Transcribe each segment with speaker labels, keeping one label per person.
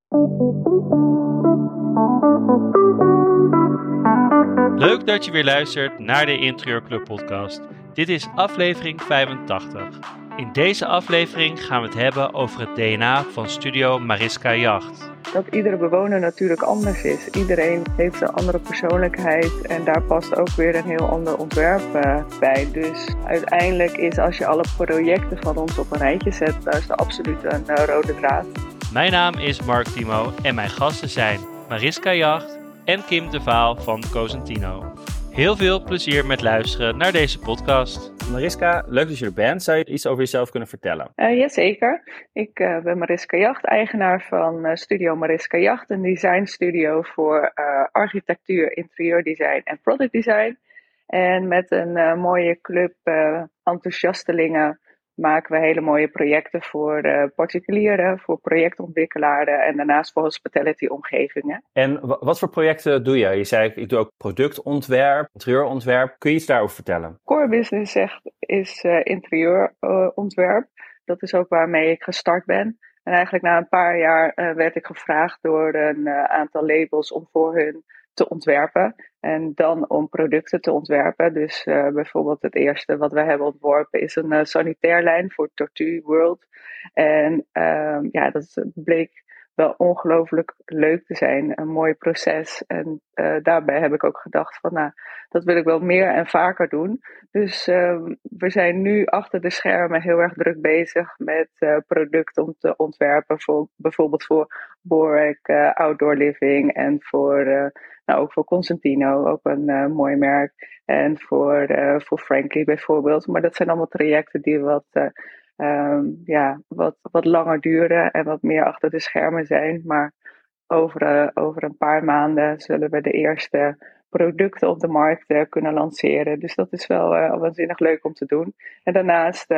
Speaker 1: Leuk dat je weer luistert naar de Interieurclub podcast. Dit is aflevering 85. In deze aflevering gaan we het hebben over het DNA van Studio Mariska Jacht.
Speaker 2: Dat iedere bewoner natuurlijk anders is. Iedereen heeft een andere persoonlijkheid en daar past ook weer een heel ander ontwerp bij. Dus uiteindelijk is, als je alle projecten van ons op een rijtje zet, daar is er absoluut een rode draad.
Speaker 1: Mijn naam is Mark Timo en mijn gasten zijn Mariska Jacht en Kim de Vaal van Cosentino. Heel veel plezier met luisteren naar deze podcast. Mariska, leuk dat je er bent. Zou je iets over jezelf kunnen vertellen?
Speaker 2: Jazeker. Ik ben Mariska Jacht, eigenaar van Studio Mariska Jacht, een designstudio voor architectuur, interieurdesign en productdesign. En met een mooie club enthousiastelingen maken we hele mooie projecten voor particulieren, voor projectontwikkelaren en daarnaast voor hospitality-omgevingen.
Speaker 1: En wat voor projecten doe je? Je zei, ik doe ook productontwerp, interieurontwerp. Kun je iets daarover vertellen?
Speaker 2: Core business is interieurontwerp. Dat is ook waarmee ik gestart ben. En eigenlijk na een paar jaar werd ik gevraagd door een aantal labels om voor hun te ontwerpen. En dan om producten te ontwerpen. Dus bijvoorbeeld het eerste wat wij hebben ontworpen is een sanitairlijn voor Tortue World. En dat bleek wel ongelooflijk leuk te zijn. Een mooi proces. En daarbij heb ik ook gedacht van, dat wil ik wel meer en vaker doen. Dus we zijn nu achter de schermen heel erg druk bezig met producten om te ontwerpen. Bijvoorbeeld voor Borek, Outdoor Living en ook voor Cosentino, ook een mooi merk. En voor Frankly bijvoorbeeld. Maar dat zijn allemaal trajecten die wat langer duren en wat meer achter de schermen zijn. Maar over een paar maanden zullen we de eerste producten op de markt kunnen lanceren. Dus dat is wel waanzinnig leuk om te doen. En daarnaast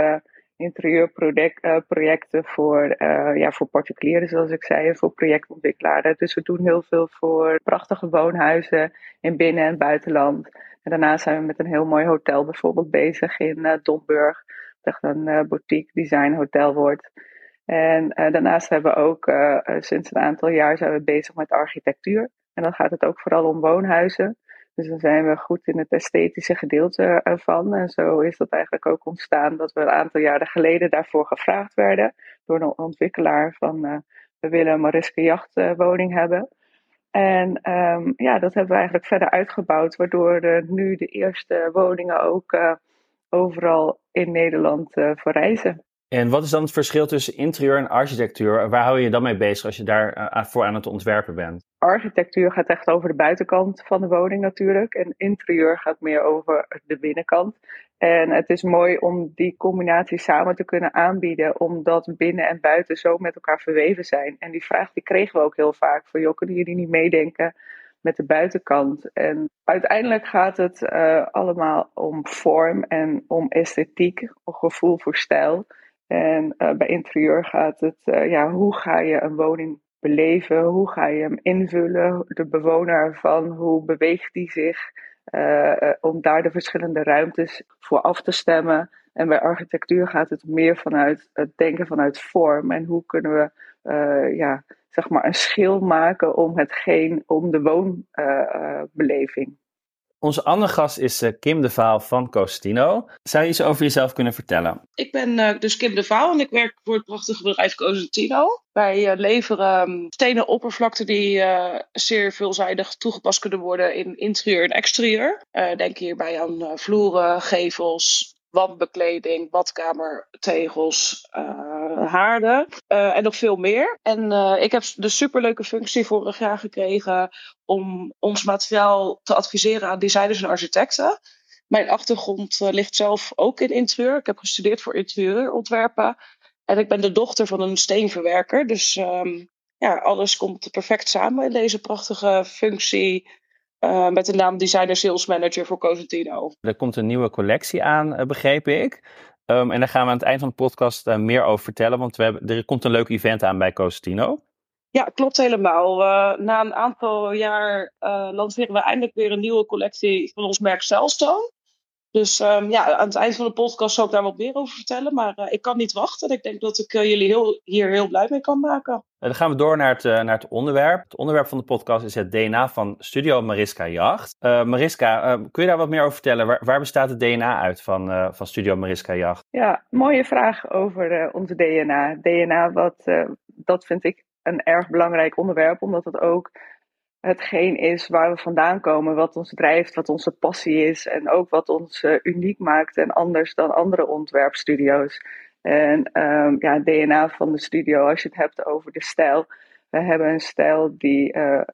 Speaker 2: interieurprojecten voor particulieren, zoals ik zei, en voor projectontwikkelaren. Dus we doen heel veel voor prachtige woonhuizen in binnen- en buitenland. En daarnaast zijn we met een heel mooi hotel bijvoorbeeld bezig in Domburg. Dat echt een boutique design hotel wordt. En daarnaast hebben we ook sinds een aantal jaar zijn we bezig met architectuur. En dan gaat het ook vooral om woonhuizen. Dus dan zijn we goed in het esthetische gedeelte ervan. En zo is dat eigenlijk ook ontstaan dat we een aantal jaren geleden daarvoor gevraagd werden door een ontwikkelaar van we willen een Mariska Jacht woning hebben. En dat hebben we eigenlijk verder uitgebouwd, waardoor nu de eerste woningen ook overal in Nederland verrijzen.
Speaker 1: En wat is dan het verschil tussen interieur en architectuur? Waar hou je je dan mee bezig als je daarvoor aan het ontwerpen bent?
Speaker 2: Architectuur gaat echt over de buitenkant van de woning natuurlijk. En interieur gaat meer over de binnenkant. En het is mooi om die combinatie samen te kunnen aanbieden. Omdat binnen en buiten zo met elkaar verweven zijn. En die vraag die kregen we ook heel vaak. Van joh, kunnen jullie niet meedenken met de buitenkant? En uiteindelijk gaat het allemaal om vorm en om esthetiek. Om gevoel voor stijl. En bij interieur gaat het, hoe ga je een woning beleven? Hoe ga je hem invullen? De bewoner ervan, hoe beweegt die zich? Om daar de verschillende ruimtes voor af te stemmen. En bij architectuur gaat het meer vanuit het denken vanuit vorm. En hoe kunnen we een schil maken om de woonbeleving.
Speaker 1: Onze andere gast is Kim de Vaal van Cosentino. Zou je iets over jezelf kunnen vertellen?
Speaker 3: Ik ben dus Kim de Vaal en ik werk voor het prachtige bedrijf Cosentino. Wij leveren stenen oppervlakten die zeer veelzijdig toegepast kunnen worden in interieur en exterieur. Denk hierbij aan vloeren, gevels, wandbekleding, badkamertegels, haarden en nog veel meer. En ik heb de superleuke functie vorig jaar gekregen om ons materiaal te adviseren aan designers en architecten. Mijn achtergrond ligt zelf ook in interieur. Ik heb gestudeerd voor interieurontwerpen. En ik ben de dochter van een steenverwerker. Dus alles komt perfect samen in deze prachtige functie. Met de naam Designer Sales Manager voor Cosentino.
Speaker 1: Er komt een nieuwe collectie aan, begreep ik. En daar gaan we aan het eind van de podcast meer over vertellen. Want er komt een leuk event aan bij Cosentino.
Speaker 3: Ja, klopt helemaal. Na een aantal jaar lanceren we eindelijk weer een nieuwe collectie van ons merk Cellstone. Dus aan het eind van de podcast zal ik daar wat meer over vertellen. Maar ik kan niet wachten. Ik denk dat ik jullie hier heel blij mee kan maken.
Speaker 1: Dan gaan we door naar het onderwerp. Het onderwerp van de podcast is het DNA van Studio Mariska Jacht. Mariska, kun je daar wat meer over vertellen? Waar bestaat het DNA uit van Studio Mariska Jacht?
Speaker 2: Ja, mooie vraag over onze DNA. DNA, dat vind ik een erg belangrijk onderwerp, omdat het ook hetgeen is waar we vandaan komen, wat ons drijft, wat onze passie is en ook wat ons uniek maakt en anders dan andere ontwerpstudio's. En het DNA van de studio, als je het hebt over de stijl. We hebben een stijl die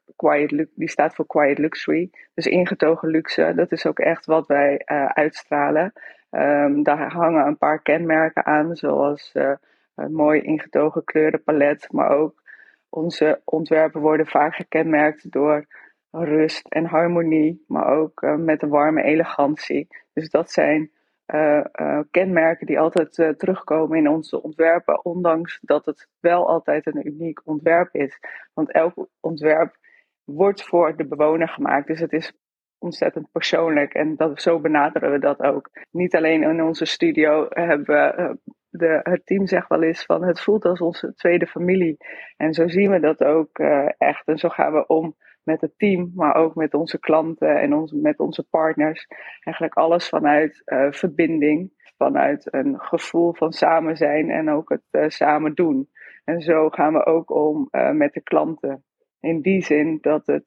Speaker 2: staat voor Quiet Luxury, dus ingetogen luxe. Dat is ook echt wat wij uitstralen. Daar hangen een paar kenmerken aan, zoals een mooi ingetogen kleurenpalet, maar ook onze ontwerpen worden vaak gekenmerkt door rust en harmonie, maar ook met een warme elegantie. Dus dat zijn kenmerken die altijd terugkomen in onze ontwerpen, ondanks dat het wel altijd een uniek ontwerp is. Want elk ontwerp wordt voor de bewoner gemaakt, dus het is ontzettend persoonlijk en zo benaderen we dat ook. Niet alleen in onze studio hebben we het team zegt wel eens van het voelt als onze tweede familie. En zo zien we dat ook echt. En zo gaan we om met het team, maar ook met onze klanten en met onze partners. Eigenlijk alles vanuit verbinding, vanuit een gevoel van samen zijn en ook het samen doen. En zo gaan we ook om met de klanten. In die zin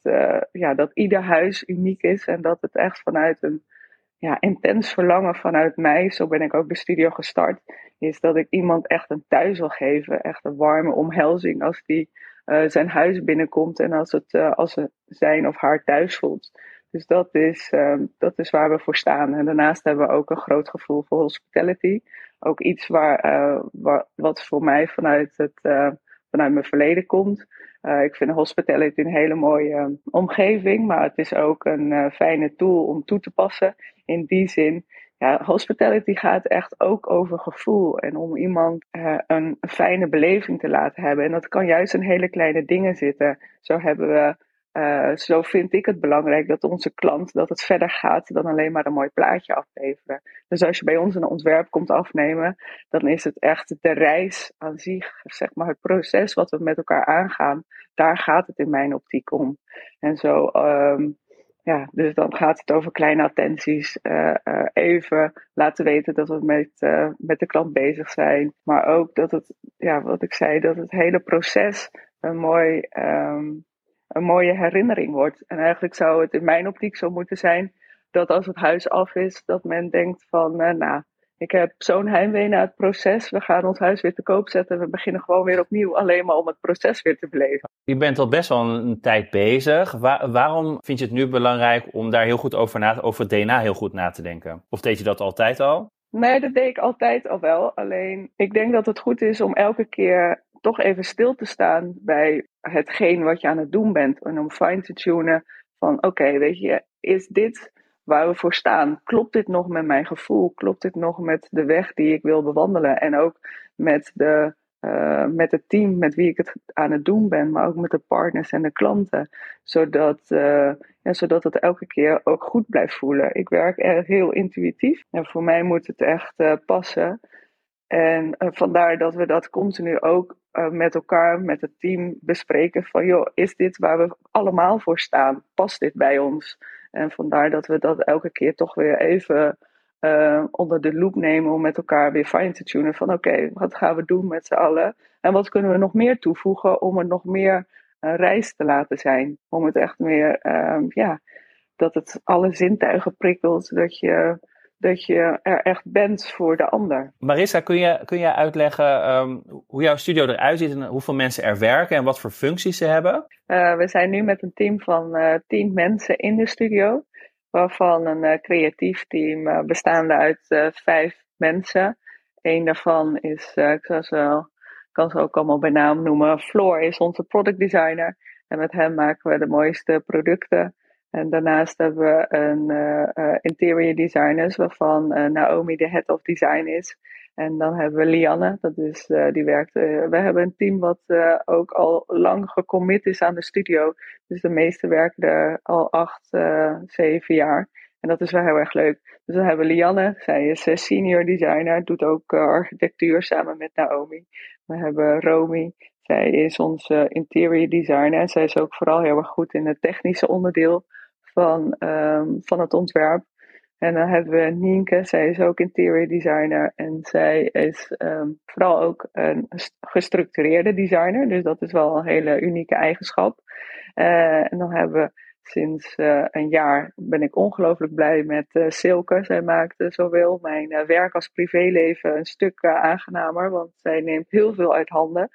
Speaker 2: dat ieder huis uniek is en dat het echt vanuit een intens verlangen vanuit mij, zo ben ik ook de studio gestart, is dat ik iemand echt een thuis wil geven, echt een warme omhelzing als die zijn huis binnenkomt en als ze zijn of haar thuis voelt. Dus dat is waar we voor staan. En daarnaast hebben we ook een groot gevoel voor hospitality. Ook iets wat voor mij vanuit mijn verleden komt. Ik vind hospitality een hele mooie omgeving, maar het is ook een fijne tool om toe te passen. In die zin, hospitality gaat echt ook over gevoel en om iemand een fijne beleving te laten hebben. En dat kan juist in hele kleine dingen zitten. Zo vind ik het belangrijk dat onze klant, dat het verder gaat dan alleen maar een mooi plaatje afleveren. Dus als je bij ons een ontwerp komt afnemen, dan is het echt de reis aan zich, zeg maar het proces wat we met elkaar aangaan. Daar gaat het in mijn optiek om. En zo, dus dan gaat het over kleine attenties. Even laten weten dat we met de klant bezig zijn. Maar ook dat wat ik zei, dat het hele proces een mooie herinnering wordt. En eigenlijk zou het in mijn optiek zo moeten zijn dat als het huis af is, dat men denkt van, ik heb zo'n heimwee naar het proces. We gaan ons huis weer te koop zetten en we beginnen gewoon weer opnieuw. Alleen maar om het proces weer te beleven.
Speaker 1: Je bent al best wel een tijd bezig. Waarom vind je het nu belangrijk om daar heel goed over het DNA heel goed na te denken? Of deed je dat altijd al?
Speaker 2: Nee, dat deed ik altijd al wel. Alleen ik denk dat het goed is om elke keer toch even stil te staan bij hetgeen wat je aan het doen bent. En om fine te tunen van oké, weet je, is dit waar we voor staan? Klopt dit nog met mijn gevoel? Klopt dit nog met de weg die ik wil bewandelen? En ook met het team met wie ik het aan het doen ben, maar ook met de partners en de klanten. Zodat het elke keer ook goed blijft voelen. Ik werk erg heel intuïtief en voor mij moet het echt passen. En vandaar dat we dat continu ook met elkaar, met het team bespreken van joh, is dit waar we allemaal voor staan? Past dit bij ons? En vandaar dat we dat elke keer toch weer even onder de loep nemen om met elkaar weer fine te tunen van oké, wat gaan we doen met z'n allen? En wat kunnen we nog meer toevoegen om het nog meer reis te laten zijn? Om het echt meer, dat het alle zintuigen prikkelt, dat je er echt bent voor de ander.
Speaker 1: Mariska, kun je uitleggen hoe jouw studio eruit ziet en hoeveel mensen er werken en wat voor functies ze hebben?
Speaker 2: We zijn nu met een team van 10 mensen in de studio, waarvan een creatief team bestaande uit 5 mensen. Eén daarvan is, kan ze ook allemaal bij naam noemen, Floor is onze product designer. En met hem maken we de mooiste producten. En daarnaast hebben we een interior designers, waarvan Naomi de head of design is. En dan hebben we Lianne, die werkt. We hebben een team wat ook al lang gecommit is aan de studio. Dus de meesten werken er al 8, 7 jaar. En dat is wel heel erg leuk. Dus dan hebben we Lianne, zij is senior designer, doet ook architectuur samen met Naomi. We hebben Romy, zij is onze interior designer. En zij is ook vooral heel erg goed in het technische onderdeel van het ontwerp. En dan hebben we Nienke, zij is ook interior designer. En zij is vooral ook een gestructureerde designer. Dus dat is wel een hele unieke eigenschap. En dan hebben we sinds een jaar ben ik ongelooflijk blij met Silke. Zij maakt zowel mijn werk als privéleven een stuk aangenamer. Want zij neemt heel veel uit handen.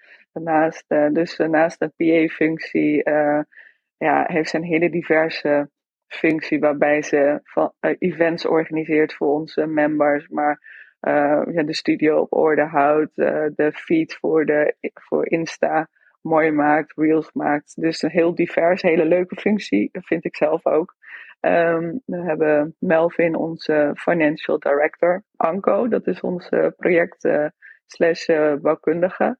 Speaker 2: Naast een PA-functie heeft ze een hele diverse functie waarbij ze events organiseert voor onze members. Maar de studio op orde houdt. De feed voor Insta mooi maakt, reels maakt. Dus een heel divers, hele leuke functie, vind ik zelf ook. We hebben Melvin, onze financial director. Anko, dat is onze project slash bouwkundige.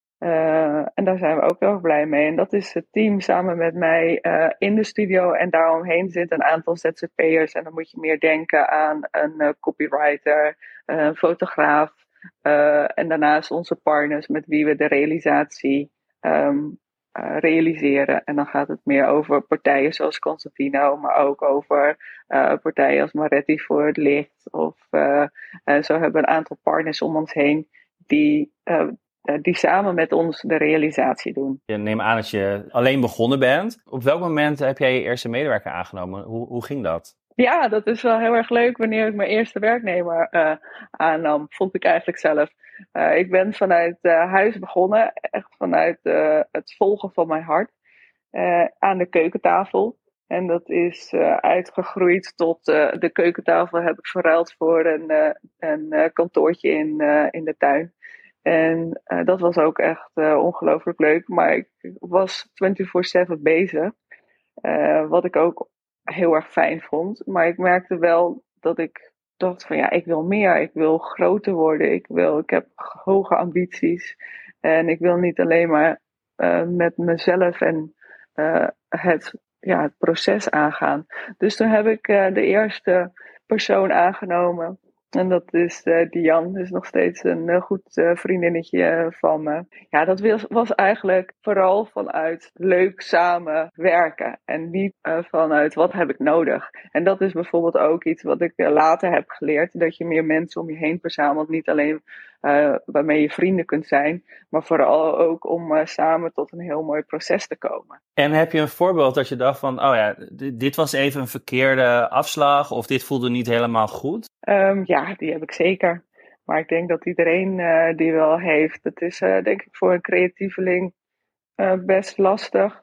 Speaker 2: En daar zijn we ook heel erg blij mee. En dat is het team samen met mij in de studio. En daaromheen zitten een aantal ZZP'ers. En dan moet je meer denken aan een copywriter, een fotograaf. En daarnaast onze partners met wie we de realisatie realiseren. En dan gaat het meer over partijen zoals Constantino, maar ook over partijen als Maretti voor het licht. Zo hebben we een aantal partners om ons heen die samen met ons de realisatie doen.
Speaker 4: Je neemt aan dat je alleen begonnen bent. Op welk moment heb jij je eerste medewerker aangenomen? Hoe ging dat?
Speaker 2: Ja, dat is wel heel erg leuk. Wanneer ik mijn eerste werknemer aannam, vond ik eigenlijk zelf. Ik ben vanuit huis begonnen, echt vanuit het volgen van mijn hart, aan de keukentafel. En dat is uitgegroeid tot de keukentafel heb ik verruild voor een kantoortje in de tuin. En dat was ook echt ongelooflijk leuk. Maar ik was 24/7 bezig. Wat ik ook heel erg fijn vond. Maar ik merkte wel dat ik dacht van ik wil meer. Ik wil groter worden. Ik heb hoge ambities. En ik wil niet alleen maar met mezelf en het proces aangaan. Dus toen heb ik de eerste persoon aangenomen. En dat is Diane, is nog steeds een goed vriendinnetje van me. Ja, dat was eigenlijk vooral vanuit leuk samen werken. En niet vanuit wat heb ik nodig. En dat is bijvoorbeeld ook iets wat ik later heb geleerd. Dat je meer mensen om je heen verzamelt. Niet alleen waarmee je vrienden kunt zijn. Maar vooral ook om samen tot een heel mooi proces te komen.
Speaker 4: En heb je een voorbeeld dat je dacht van, dit was even een verkeerde afslag of dit voelde niet helemaal goed?
Speaker 2: Ja, die heb ik zeker. Maar ik denk dat iedereen die wel heeft. Het is denk ik voor een creatieveling best lastig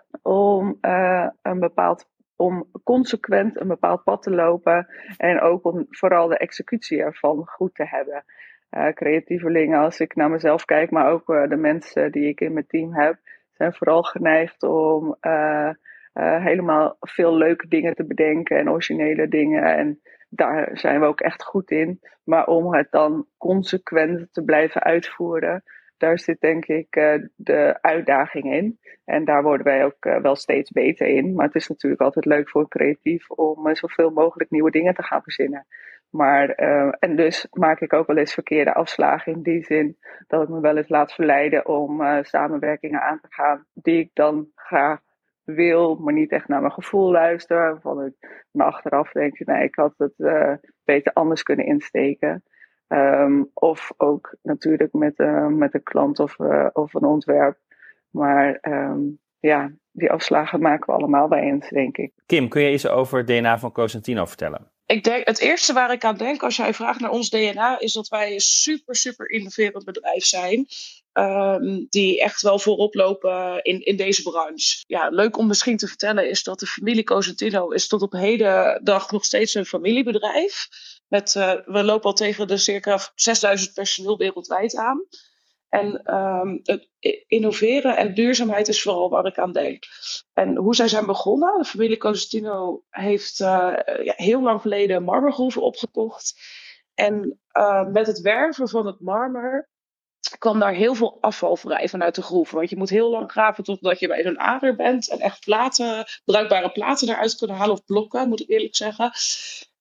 Speaker 2: om consequent een bepaald pad te lopen. En ook om vooral de executie ervan goed te hebben. Creatievelingen, als ik naar mezelf kijk, maar ook de mensen die ik in mijn team heb, zijn vooral geneigd om helemaal veel leuke dingen te bedenken en originele dingen. En daar zijn we ook echt goed in. Maar om het dan consequent te blijven uitvoeren, daar zit denk ik de uitdaging in. En daar worden wij ook wel steeds beter in. Maar het is natuurlijk altijd leuk voor een creatief om zoveel mogelijk nieuwe dingen te gaan verzinnen. En dus maak ik ook wel eens verkeerde afslagen in die zin dat ik me wel eens laat verleiden om samenwerkingen aan te gaan die ik dan graag wil, maar niet echt naar mijn gevoel luister. Waarvan ik me achteraf denk, ik had het beter anders kunnen insteken. Of ook natuurlijk met een klant of een ontwerp. Maar die afslagen maken we allemaal bij eens, denk ik.
Speaker 4: Kim, kun je iets over het DNA van Cosentino vertellen?
Speaker 3: Ik denk, het eerste waar ik aan denk als jij vraagt naar ons DNA, is dat wij een super, super innoverend bedrijf zijn. Die echt wel voorop lopen in deze branche. Ja, leuk om misschien te vertellen is dat de familie Cosentino is tot op heden dag nog steeds een familiebedrijf. We lopen al tegen de circa 6000 personeel wereldwijd aan. En het innoveren en duurzaamheid is vooral waar ik aan denk. En hoe zij zijn begonnen. De familie Cosentino heeft heel lang geleden marmergroeven opgekocht. En met het werven van het marmer kwam daar heel veel afval vrij vanuit de groeven. Want je moet heel lang graven totdat je bij zo'n ader bent. En echt bruikbare platen eruit kunnen halen. Of blokken, moet ik eerlijk zeggen.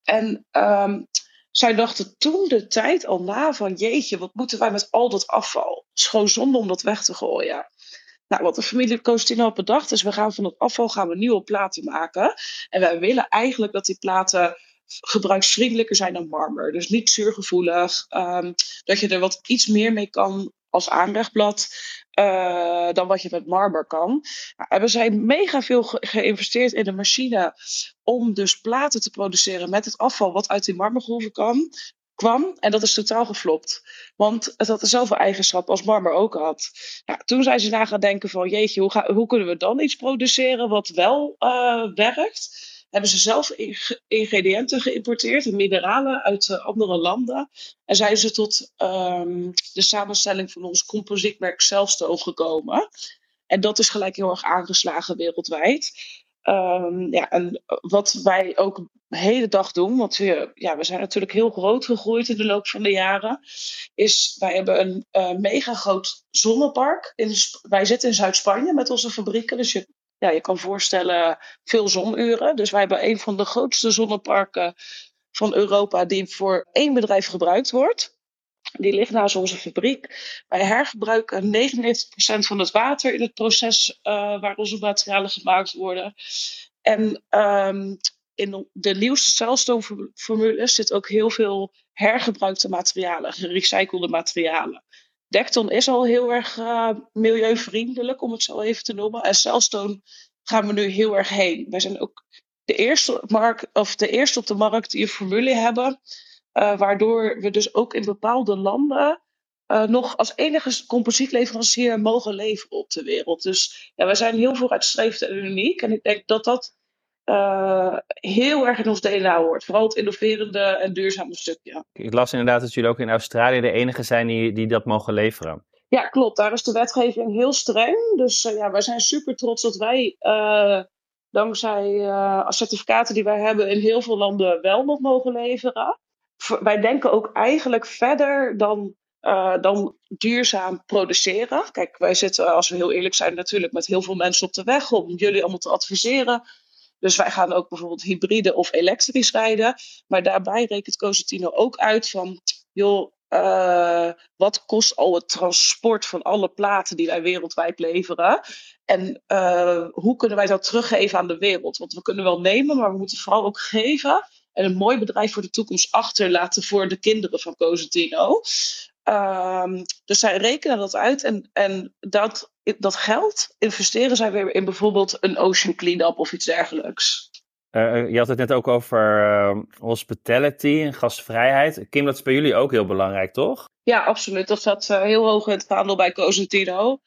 Speaker 3: En zij dachten toen de tijd al na van jeetje, wat moeten wij met al dat afval? Het is gewoon zonde om dat weg te gooien. Nou, wat de familie Cosentino had bedacht is, we gaan van het afval nieuwe platen maken. En wij willen eigenlijk dat die platen gebruiksvriendelijker zijn dan marmer. Dus niet zuurgevoelig. Dat je er iets meer mee kan als aanlegblad dan wat je met marmer kan. Nou, we zijn mega veel geïnvesteerd in de machine om dus platen te produceren met het afval wat uit die marmergroeven kwam. En dat is totaal geflopt. Want het had dezelfde eigenschap als marmer ook had. Nou, toen zijn ze na gaan denken van jeetje, hoe kunnen we dan iets produceren wat wel werkt? Hebben ze zelf ingrediënten geïmporteerd en mineralen uit andere landen. En zijn ze tot de samenstelling van ons composietmerk Celstone gekomen. En dat is gelijk heel erg aangeslagen wereldwijd. En wat wij ook de hele dag doen, want we zijn natuurlijk heel groot gegroeid in de loop van de jaren, is wij hebben een mega groot zonnepark. Wij zitten in Zuid-Spanje met onze fabrieken, dus je kan voorstellen veel zonuren. Dus wij hebben een van de grootste zonneparken van Europa die voor één bedrijf gebruikt wordt. Die ligt naast onze fabriek. Wij hergebruiken 99% van het water in het proces waar onze materialen gemaakt worden. En in de nieuwste Celstone-formule zit ook heel veel hergebruikte materialen, gerecyclede materialen. Dekton is al heel erg milieuvriendelijk, om het zo even te noemen. En Celstone gaan we nu heel erg heen. Wij zijn ook de eerste op de markt die een formule hebben. Waardoor we dus ook in bepaalde landen nog als enige composietleverancier mogen leveren op de wereld. Dus we zijn heel vooruitstrevend en uniek. En ik denk dat dat heel erg in ons DNA hoort. Vooral het innoverende en duurzame stukje.
Speaker 4: Ik las inderdaad dat jullie ook in Australië de enige zijn die dat mogen leveren.
Speaker 3: Ja, klopt. Daar is de wetgeving heel streng. Dus wij zijn super trots dat wij dankzij certificaten die wij hebben in heel veel landen wel nog mogen leveren. Wij denken ook eigenlijk verder dan duurzaam produceren. Kijk, wij zitten, als we heel eerlijk zijn, natuurlijk met heel veel mensen op de weg om jullie allemaal te adviseren. Dus wij gaan ook bijvoorbeeld hybride of elektrisch rijden. Maar daarbij rekent Cosentino ook uit van, joh, wat kost al het transport van alle platen die wij wereldwijd leveren? En hoe kunnen wij dat teruggeven aan de wereld? Want we kunnen wel nemen, maar we moeten vooral ook geven. En een mooi bedrijf voor de toekomst achterlaten voor de kinderen van Cosentino. Dus zij rekenen dat uit en dat geld investeren zij weer in bijvoorbeeld een ocean cleanup of iets dergelijks.
Speaker 4: Je had het net ook over hospitality en gastvrijheid. Kim, dat is bij jullie ook heel belangrijk, toch?
Speaker 3: Ja, absoluut. Dat staat heel hoog in het vaandel bij Cosentino.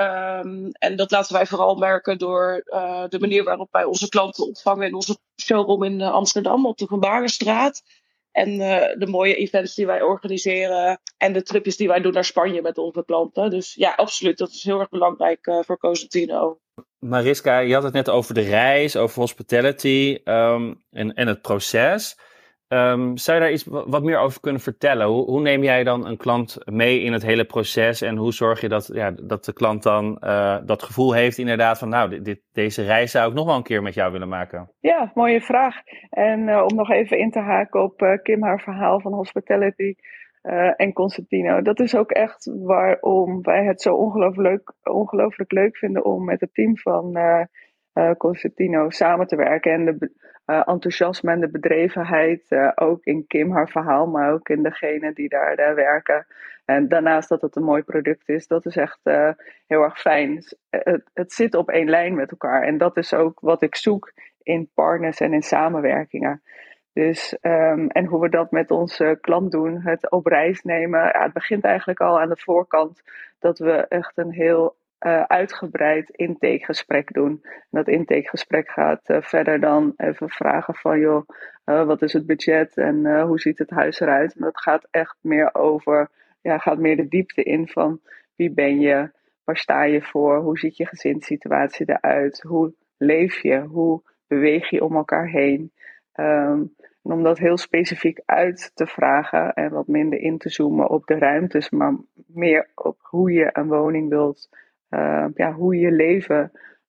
Speaker 3: En dat laten wij vooral merken door de manier waarop wij onze klanten ontvangen in onze showroom in Amsterdam op de Van Baarlestraat. En de mooie events die wij organiseren en de tripjes die wij doen naar Spanje met onze klanten. Dus ja, absoluut. Dat is heel erg belangrijk voor Cosentino.
Speaker 4: Mariska, je had het net over de reis, over hospitality en het proces. Zou je daar iets wat meer over kunnen vertellen? Hoe neem jij dan een klant mee in het hele proces en hoe zorg je dat de klant dan dat gevoel heeft inderdaad van deze reis zou ik nog wel een keer met jou willen maken?
Speaker 2: Ja, mooie vraag. En om nog even in te haken op Kim haar verhaal van hospitality en Cosentino. Dat is ook echt waarom wij het zo ongelooflijk leuk vinden om met het team van Cosentino samen te werken. En de enthousiasme en de bedrevenheid, ook in Kim haar verhaal, maar ook in degenen die daar werken. En daarnaast dat het een mooi product is, dat is echt heel erg fijn. Het zit op één lijn met elkaar en dat is ook wat ik zoek in partners en in samenwerkingen. Dus, en hoe we dat met onze klant doen, het op reis nemen. Ja, het begint eigenlijk al aan de voorkant dat we echt een heel uitgebreid intakegesprek doen. En dat intakegesprek gaat verder dan even vragen van joh, wat is het budget en hoe ziet het huis eruit? Maar dat gaat echt meer over, gaat meer de diepte in van wie ben je, waar sta je voor, hoe ziet je gezinssituatie eruit, hoe leef je, hoe beweeg je om elkaar heen. En om dat heel specifiek uit te vragen en wat minder in te zoomen op de ruimtes, maar meer op hoe je een woning wilt, hoe je leven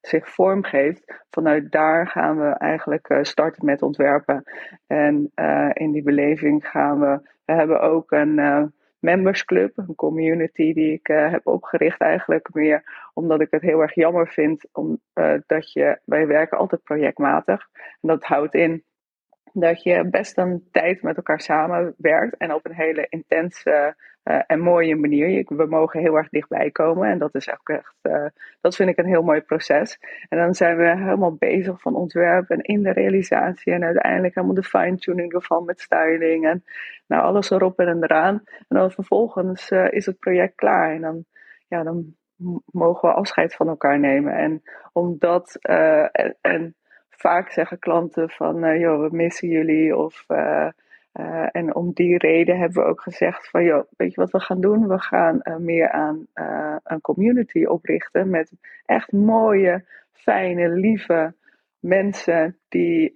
Speaker 2: zich vormgeeft, vanuit daar gaan we eigenlijk starten met ontwerpen. En in die beleving we hebben ook een membersclub, een community die ik heb opgericht eigenlijk meer omdat ik het heel erg jammer vind wij werken altijd projectmatig. En dat houdt in dat je best een tijd met elkaar samenwerkt en op een hele intense en mooie manier. We mogen heel erg dichtbij komen en dat is ook echt, dat vind ik een heel mooi proces. En dan zijn we helemaal bezig van ontwerp en in de realisatie en uiteindelijk helemaal de fine-tuning ervan met styling en nou, alles erop en eraan. En dan vervolgens is het project klaar en dan mogen we afscheid van elkaar nemen. En omdat en vaak zeggen klanten van, joh, we missen jullie. En om die reden hebben we ook gezegd van, joh, weet je wat we gaan doen? We gaan meer aan een community oprichten met echt mooie, fijne, lieve mensen die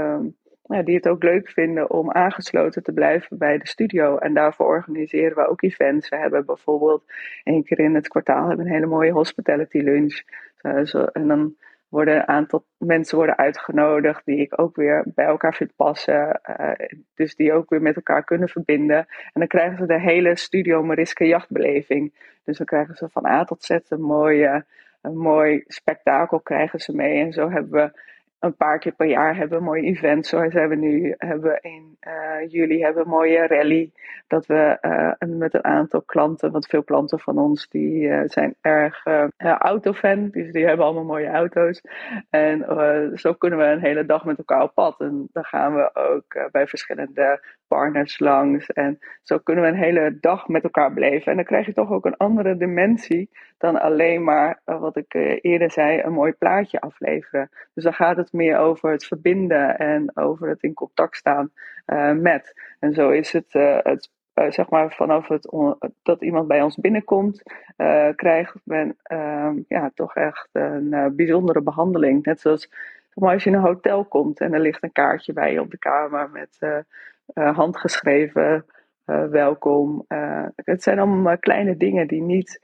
Speaker 2: het ook leuk vinden om aangesloten te blijven bij de studio. En daarvoor organiseren we ook events. We hebben bijvoorbeeld 1 keer in het kwartaal een hele mooie hospitality lunch. En dan een aantal mensen worden uitgenodigd die ik ook weer bij elkaar vind passen. Dus die ook weer met elkaar kunnen verbinden. En dan krijgen ze de hele Studio Mariska jachtbeleving. Dus dan krijgen ze van A tot Z een mooi spektakel krijgen ze mee. En zo hebben we een paar keer per jaar hebben we mooie events. Zoals hebben we in juli hebben we een mooie rally. Dat we met een aantal klanten, want veel klanten van ons die zijn erg autofan. Dus die hebben allemaal mooie auto's. En zo kunnen we een hele dag met elkaar op pad. En dan gaan we ook bij verschillende partners langs. En zo kunnen we een hele dag met elkaar beleven. En dan krijg je toch ook een andere dimensie dan alleen maar, wat ik eerder zei, een mooi plaatje afleveren. Dus dan gaat het meer over het verbinden en over het in contact staan met. En zo is het zeg maar vanaf dat iemand bij ons binnenkomt, krijgt men toch echt een bijzondere behandeling. Net zoals als je in een hotel komt en er ligt een kaartje bij je op de kamer met handgeschreven welkom. Het zijn allemaal kleine dingen die niet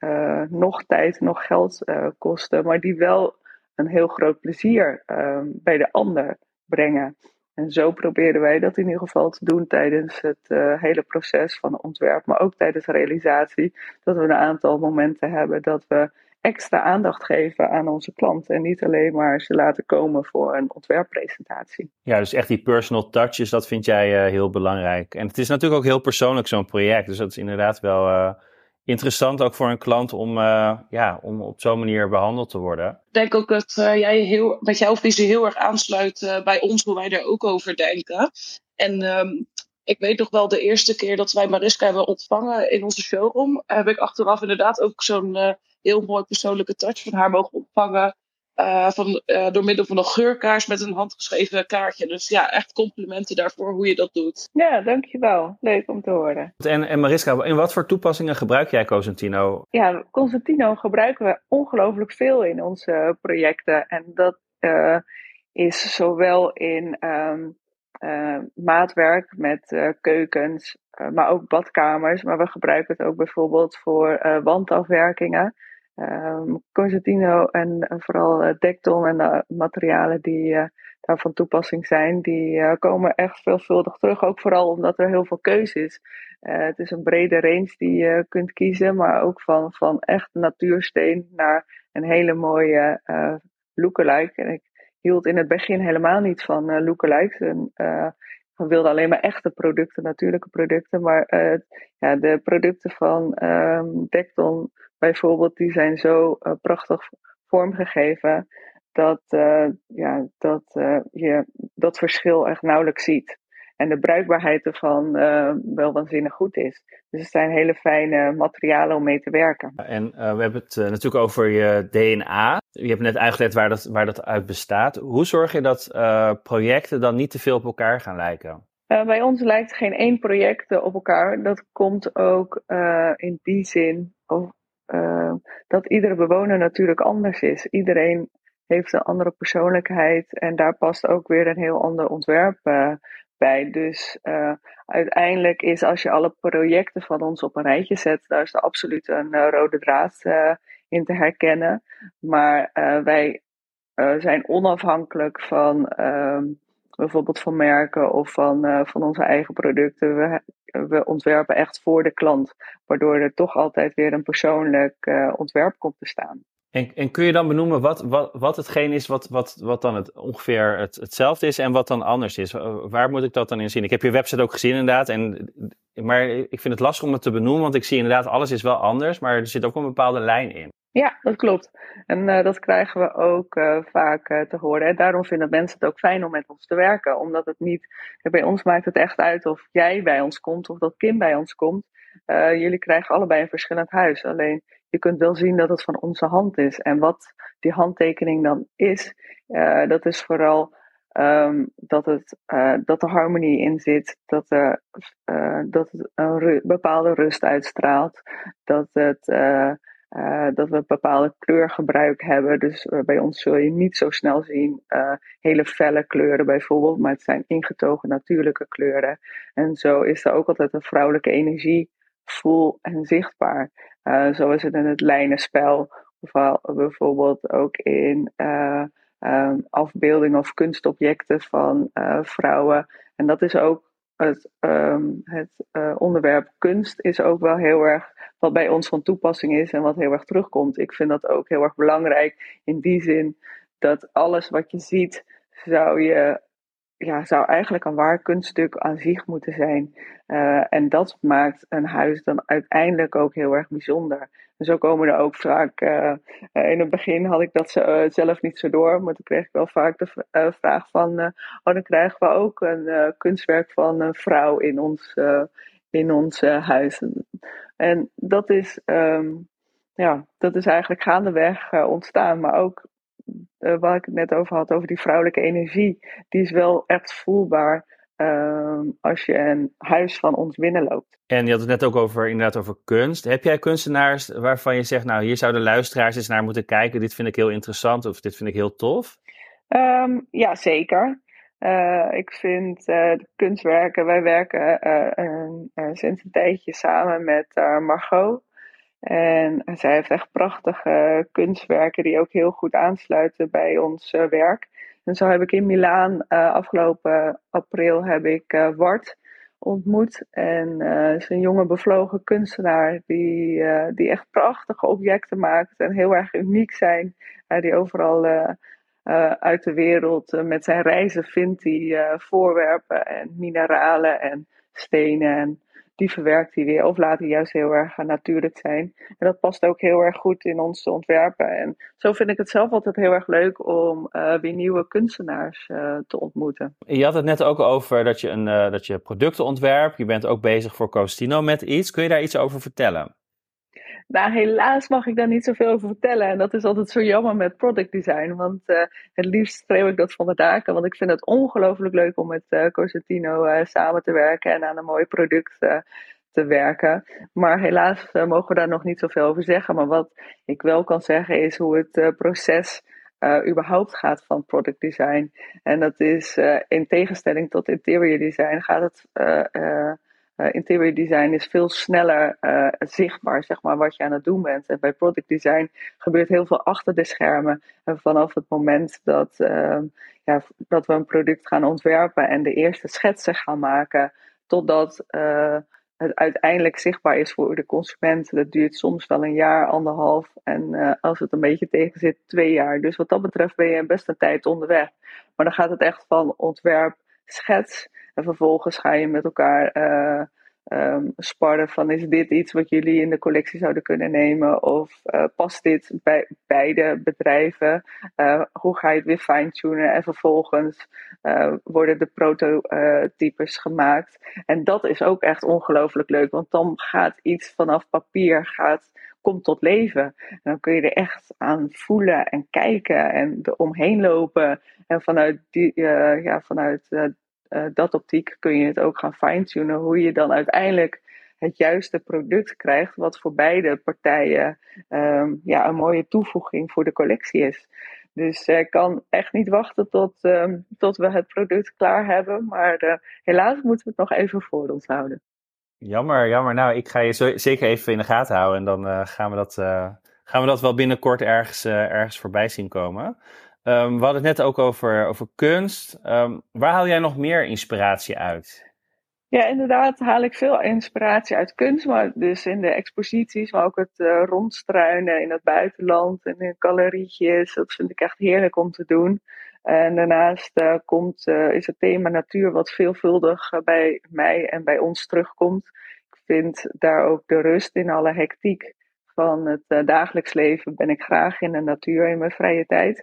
Speaker 2: nog tijd, nog geld kosten, maar die wel een heel groot plezier bij de ander brengen. En zo proberen wij dat in ieder geval te doen tijdens het hele proces van ontwerp, maar ook tijdens de realisatie, dat we een aantal momenten hebben dat we extra aandacht geven aan onze klant en niet alleen maar ze laten komen voor een ontwerppresentatie.
Speaker 4: Ja, dus echt die personal touches, dat vind jij heel belangrijk. En het is natuurlijk ook heel persoonlijk zo'n project, dus dat is inderdaad wel interessant ook voor een klant om op zo'n manier behandeld te worden.
Speaker 3: Ik denk ook dat jij met jouw visie heel erg aansluit bij ons, hoe wij daar ook over denken. En ik weet nog wel de eerste keer dat wij Mariska hebben ontvangen in onze showroom, heb ik achteraf inderdaad ook zo'n heel mooi persoonlijke touch van haar mogen ontvangen. Door middel van een geurkaars met een handgeschreven kaartje. Dus ja, echt complimenten daarvoor hoe je dat doet.
Speaker 2: Ja, dankjewel. Leuk om te horen.
Speaker 4: En Mariska, in wat voor toepassingen gebruik jij Cosentino?
Speaker 2: Ja, Cosentino gebruiken we ongelooflijk veel in onze projecten. En dat is zowel in maatwerk met keukens, maar ook badkamers. Maar we gebruiken het ook bijvoorbeeld voor wandafwerkingen. Cosentino en vooral Dekton en de materialen die daar van toepassing zijn, die komen echt veelvuldig terug. Ook vooral omdat er heel veel keuze is. Het is een brede range die je kunt kiezen, maar ook van echt natuursteen naar een hele mooie lookalike. En ik hield in het begin helemaal niet van lookalikes. We wilden alleen maar echte producten, natuurlijke producten. Maar de producten van Dekton bijvoorbeeld, die zijn zo prachtig vormgegeven dat je dat verschil echt nauwelijks ziet. En de bruikbaarheid ervan wel waanzinnig goed is. Dus het zijn hele fijne materialen om mee te werken.
Speaker 4: En we hebben het natuurlijk over je DNA. Je hebt net uitgelegd waar dat uit bestaat. Hoe zorg je dat projecten dan niet te veel op elkaar gaan lijken?
Speaker 2: Bij ons lijkt geen één project op elkaar. Dat komt ook in die zin dat iedere bewoner natuurlijk anders is. Iedereen heeft een andere persoonlijkheid en daar past ook weer een heel ander ontwerp bij. Dus uiteindelijk is, als je alle projecten van ons op een rijtje zet, daar is er absoluut een rode draad in te herkennen. Maar wij zijn onafhankelijk van bijvoorbeeld van merken of van onze eigen producten. We ontwerpen echt voor de klant, waardoor er toch altijd weer een persoonlijk ontwerp komt te staan.
Speaker 4: En kun je dan benoemen wat hetgeen is wat dan ongeveer hetzelfde is en wat dan anders is? Waar moet ik dat dan in zien? Ik heb je website ook gezien inderdaad, maar ik vind het lastig om het te benoemen, want ik zie inderdaad alles is wel anders, maar er zit ook een bepaalde lijn in.
Speaker 2: Ja, dat klopt. En dat krijgen we ook vaak te horen. En daarom vinden mensen het ook fijn om met ons te werken. Omdat het niet, bij ons maakt het echt uit of jij bij ons komt of dat Kim bij ons komt. Jullie krijgen allebei een verschillend huis. Alleen je kunt wel zien dat het van onze hand is. En wat die handtekening dan is, dat is vooral dat er harmonie in zit. Dat het een bepaalde rust uitstraalt. Dat we een bepaalde kleurgebruik hebben. Dus bij ons zul je niet zo snel zien hele felle kleuren bijvoorbeeld. Maar het zijn ingetogen natuurlijke kleuren. En zo is er ook altijd een vrouwelijke energie voel en zichtbaar. Zo is het in het lijnenspel. Bijvoorbeeld ook in afbeeldingen of kunstobjecten van vrouwen. En dat is ook het onderwerp kunst is ook wel heel erg wat bij ons van toepassing is en wat heel erg terugkomt. Ik vind dat ook heel erg belangrijk in die zin dat alles wat je ziet zou eigenlijk een waar kunststuk aan zich moeten zijn. En dat maakt een huis dan uiteindelijk ook heel erg bijzonder. En zo komen er ook vaak, in het begin had ik dat zelf niet zo door, maar toen kreeg ik wel vaak de vraag van, dan krijgen we ook een kunstwerk van een vrouw in ons huis. En dat is eigenlijk gaandeweg ontstaan, maar ook waar ik het net over had, over die vrouwelijke energie, die is wel echt voelbaar als je een huis van ons binnenloopt.
Speaker 4: En je had het net ook over kunst. Heb jij kunstenaars waarvan je zegt, nou hier zouden luisteraars eens naar moeten kijken, dit vind ik heel interessant of dit vind ik heel tof?
Speaker 2: Ja, zeker. Ik vind de kunstwerken, wij werken sinds een tijdje samen met Margot. En zij heeft echt prachtige kunstwerken die ook heel goed aansluiten bij ons werk. En zo heb ik in Milaan afgelopen april Wart ontmoet. En is een jonge bevlogen kunstenaar die echt prachtige objecten maakt en heel erg uniek zijn. Die overal uit de wereld met zijn reizen vindt hij voorwerpen en mineralen en stenen en die verwerkt hij weer of laat hij juist heel erg natuurlijk zijn. En dat past ook heel erg goed in onze ontwerpen. En zo vind ik het zelf altijd heel erg leuk om weer nieuwe kunstenaars te ontmoeten.
Speaker 4: Je had het net ook over dat je producten ontwerpt. Je bent ook bezig voor Cosentino met iets. Kun je daar iets over vertellen?
Speaker 2: Nou, helaas mag ik daar niet zoveel over vertellen. En dat is altijd zo jammer met product design. Want het liefst schreeuw ik dat van de daken. Want ik vind het ongelooflijk leuk om met Cosentino samen te werken en aan een mooi product te werken. Maar helaas mogen we daar nog niet zoveel over zeggen. Maar wat ik wel kan zeggen is hoe het proces überhaupt gaat van product design. En dat is in tegenstelling tot interior design gaat het... interior design is veel sneller zichtbaar, zeg maar, wat je aan het doen bent. En bij product design gebeurt heel veel achter de schermen. En vanaf het moment dat we een product gaan ontwerpen en de eerste schetsen gaan maken, totdat het uiteindelijk zichtbaar is voor de consument. Dat duurt soms wel een jaar, anderhalf. En als het een beetje tegen zit, 2 jaar. Dus wat dat betreft ben je best een tijd onderweg. Maar dan gaat het echt van ontwerp, schets. En vervolgens ga je met elkaar sparren van is dit iets wat jullie in de collectie zouden kunnen nemen? Of past dit bij beide bedrijven? Hoe ga je het weer fine-tunen? En vervolgens worden de prototypes gemaakt. En dat is ook echt ongelooflijk leuk. Want dan gaat iets vanaf papier komt tot leven. En dan kun je er echt aan voelen en kijken en er omheen lopen. En vanuit dat optiek kun je het ook gaan fine-tunen hoe je dan uiteindelijk het juiste product krijgt wat voor beide partijen een mooie toevoeging voor de collectie is. Dus ik kan echt niet wachten tot we het product klaar hebben, maar helaas moeten we het nog even voor ons houden.
Speaker 4: Jammer. Nou, ik ga je zeker even in de gaten houden en dan gaan gaan we dat wel binnenkort ergens voorbij zien komen. We hadden het net ook over kunst. Waar haal jij nog meer inspiratie uit?
Speaker 2: Ja, inderdaad haal ik veel inspiratie uit kunst, maar dus in de exposities, maar ook het rondstruinen in het buitenland en in galerietjes. Dat vind ik echt heerlijk om te doen. En daarnaast is het thema natuur wat veelvuldig bij mij en bij ons terugkomt. Ik vind daar ook de rust in alle hectiek van het dagelijks leven. Ben ik graag in de natuur in mijn vrije tijd.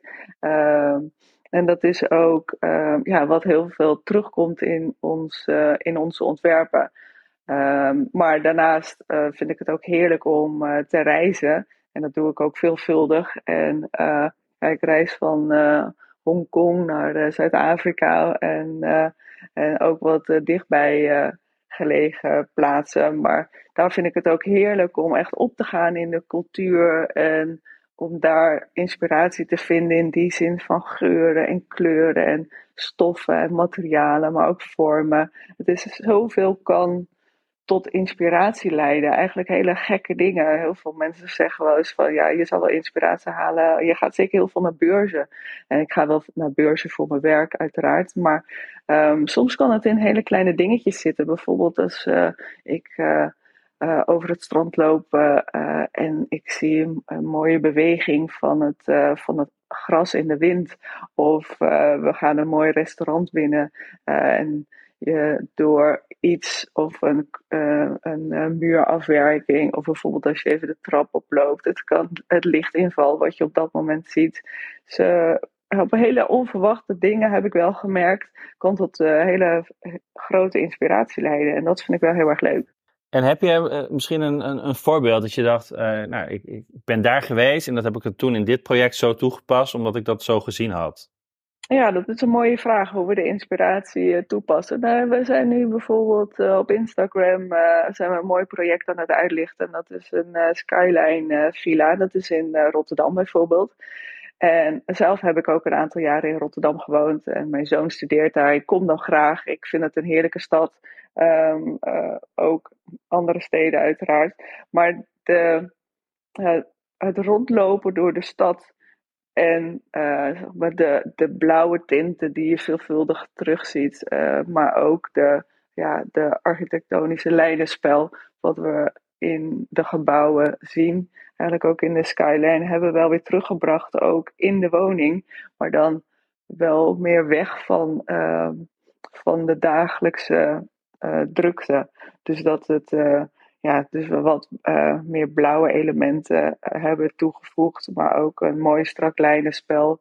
Speaker 2: En dat is ook wat heel veel terugkomt in onze ontwerpen. Maar daarnaast vind ik het ook heerlijk om te reizen. En dat doe ik ook veelvuldig. En ik reis van Hongkong naar Zuid-Afrika en ook wat dichtbij gelegen plaatsen. Maar daar vind ik het ook heerlijk om echt op te gaan in de cultuur en om daar inspiratie te vinden in die zin van geuren en kleuren en stoffen en materialen, maar ook vormen. Het is zoveel kan tot inspiratie leiden. Eigenlijk hele gekke dingen. Heel veel mensen zeggen wel eens van ja, je zal wel inspiratie halen. Je gaat zeker heel veel naar beurzen. En ik ga wel naar beurzen voor mijn werk uiteraard. Maar soms kan het in hele kleine dingetjes zitten. Bijvoorbeeld als ik over het strand loop en ik zie een mooie beweging van het gras in de wind. Of we gaan een mooi restaurant binnen en door iets of een muurafwerking of bijvoorbeeld als je even de trap oploopt. Het kan het lichtinval wat je op dat moment ziet. Op hele onverwachte dingen heb ik wel gemerkt, kan tot hele grote inspiratie leiden. En dat vind ik wel heel erg leuk.
Speaker 4: En heb je misschien een voorbeeld dat je dacht, ik ben daar geweest en dat heb ik er toen in dit project zo toegepast, omdat ik dat zo gezien had?
Speaker 2: Ja, dat is een mooie vraag, hoe we de inspiratie toepassen. Nou, we zijn nu bijvoorbeeld op Instagram zijn we een mooi project aan het uitlichten. En dat is een Skyline villa, dat is in Rotterdam bijvoorbeeld. En zelf heb ik ook een aantal jaren in Rotterdam gewoond. En mijn zoon studeert daar. Ik kom dan graag. Ik vind het een heerlijke stad. Ook andere steden uiteraard. Maar het rondlopen door de stad en de blauwe tinten die je veelvuldig terugziet. Maar ook de architectonische leidenspel wat we in de gebouwen zien. Eigenlijk ook in de skyline hebben we wel weer teruggebracht ook in de woning. Maar dan wel meer weg van de dagelijkse drukte. Dus dat dus we wat meer blauwe elementen hebben toegevoegd, maar ook een mooi strak lijnenspel,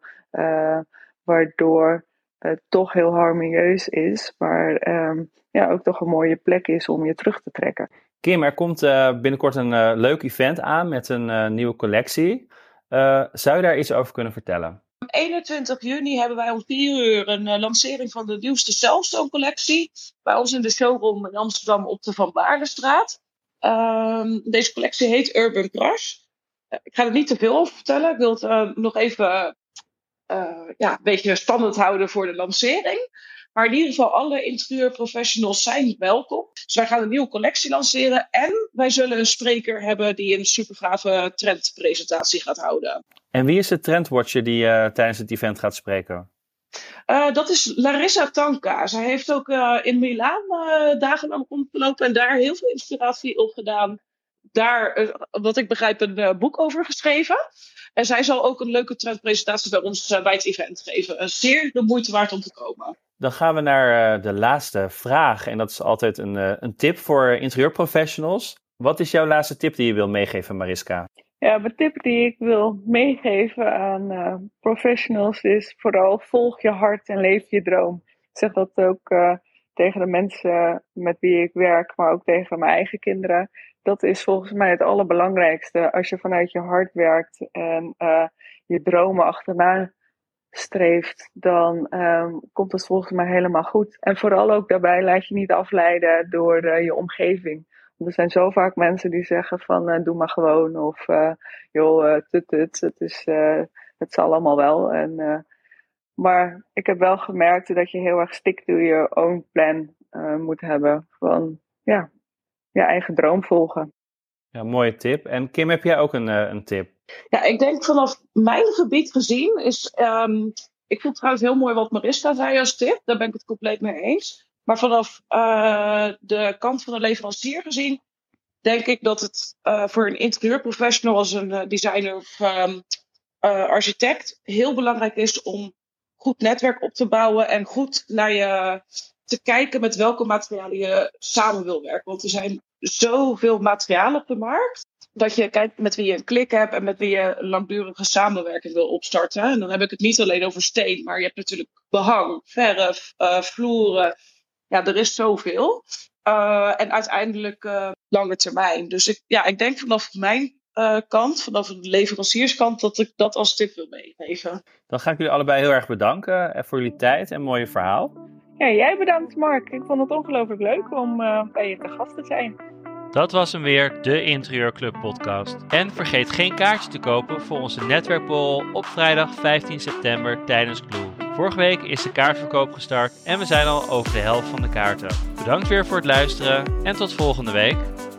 Speaker 2: waardoor het toch heel harmonieus is, maar ook toch een mooie plek is om je terug te trekken.
Speaker 4: Kim, er komt binnenkort een leuk event aan met een nieuwe collectie. Zou je daar iets over kunnen vertellen?
Speaker 3: Op 21 juni hebben wij om 4 uur een lancering van de nieuwste Cellstone collectie bij ons in de showroom in Amsterdam op de Van Baarlestraat. Deze collectie heet Urban Crush. Ik ga er niet te veel over vertellen. Ik wil het nog even een beetje spannend houden voor de lancering. Maar in ieder geval, alle interieurprofessionals zijn welkom. Dus wij gaan een nieuwe collectie lanceren. En wij zullen een spreker hebben die een supergave trendpresentatie gaat houden.
Speaker 4: En wie is de trendwatcher die tijdens het event gaat spreken?
Speaker 3: Dat is Larissa Tanka. Zij heeft ook in Milaan dagenlang rondgelopen en daar heel veel inspiratie op gedaan. Daar, wat ik begrijp, een boek over geschreven. En zij zal ook een leuke trendpresentatie bij ons bij het event geven. Zeer de moeite waard om te komen.
Speaker 4: Dan gaan we naar de laatste vraag. En dat is altijd een tip voor interieurprofessionals. Wat is jouw laatste tip die je wil meegeven, Mariska?
Speaker 2: Ja, mijn tip die ik wil meegeven aan professionals is vooral volg je hart en leef je droom. Ik zeg dat ook tegen de mensen met wie ik werk, maar ook tegen mijn eigen kinderen. Dat is volgens mij het allerbelangrijkste. Als je vanuit je hart werkt en je dromen achterna streeft, dan komt het volgens mij helemaal goed. En vooral ook daarbij laat je niet afleiden door je omgeving. Er zijn zo vaak mensen die zeggen van doe maar gewoon of het zal allemaal wel. Maar ik heb wel gemerkt dat je heel erg stick to your own plan moet hebben van je eigen droom volgen.
Speaker 4: Ja, mooie tip. En Kim, heb jij ook een tip?
Speaker 3: Ja, ik denk vanaf mijn gebied gezien is... ik vond trouwens heel mooi wat Mariska zei als tip. Daar ben ik het compleet mee eens. Maar vanaf de kant van de leverancier gezien... denk ik dat het voor een interieurprofessional als een designer of architect heel belangrijk is om goed netwerk op te bouwen en goed naar je te kijken met welke materialen je samen wil werken. Want er zijn zoveel materialen op de markt dat je kijkt met wie je een klik hebt en met wie je een langdurige samenwerking wil opstarten. En dan heb ik het niet alleen over steen, maar je hebt natuurlijk behang, verf, vloeren. Ja, er is zoveel. En uiteindelijk lange termijn. Dus ik denk vanaf mijn kant, vanaf de leverancierskant, dat ik dat als tip wil meegeven.
Speaker 4: Dan ga ik jullie allebei heel erg bedanken voor jullie tijd en mooie verhaal.
Speaker 2: Ja, jij bedankt, Mark. Ik vond het ongelooflijk leuk om bij je te gast te zijn.
Speaker 1: Dat was hem weer, de Interieurclub podcast. En vergeet geen kaartje te kopen voor onze netwerkborrel op vrijdag 15 september tijdens Clue. Vorige week is de kaartverkoop gestart en we zijn al over de helft van de kaarten. Bedankt weer voor het luisteren en tot volgende week.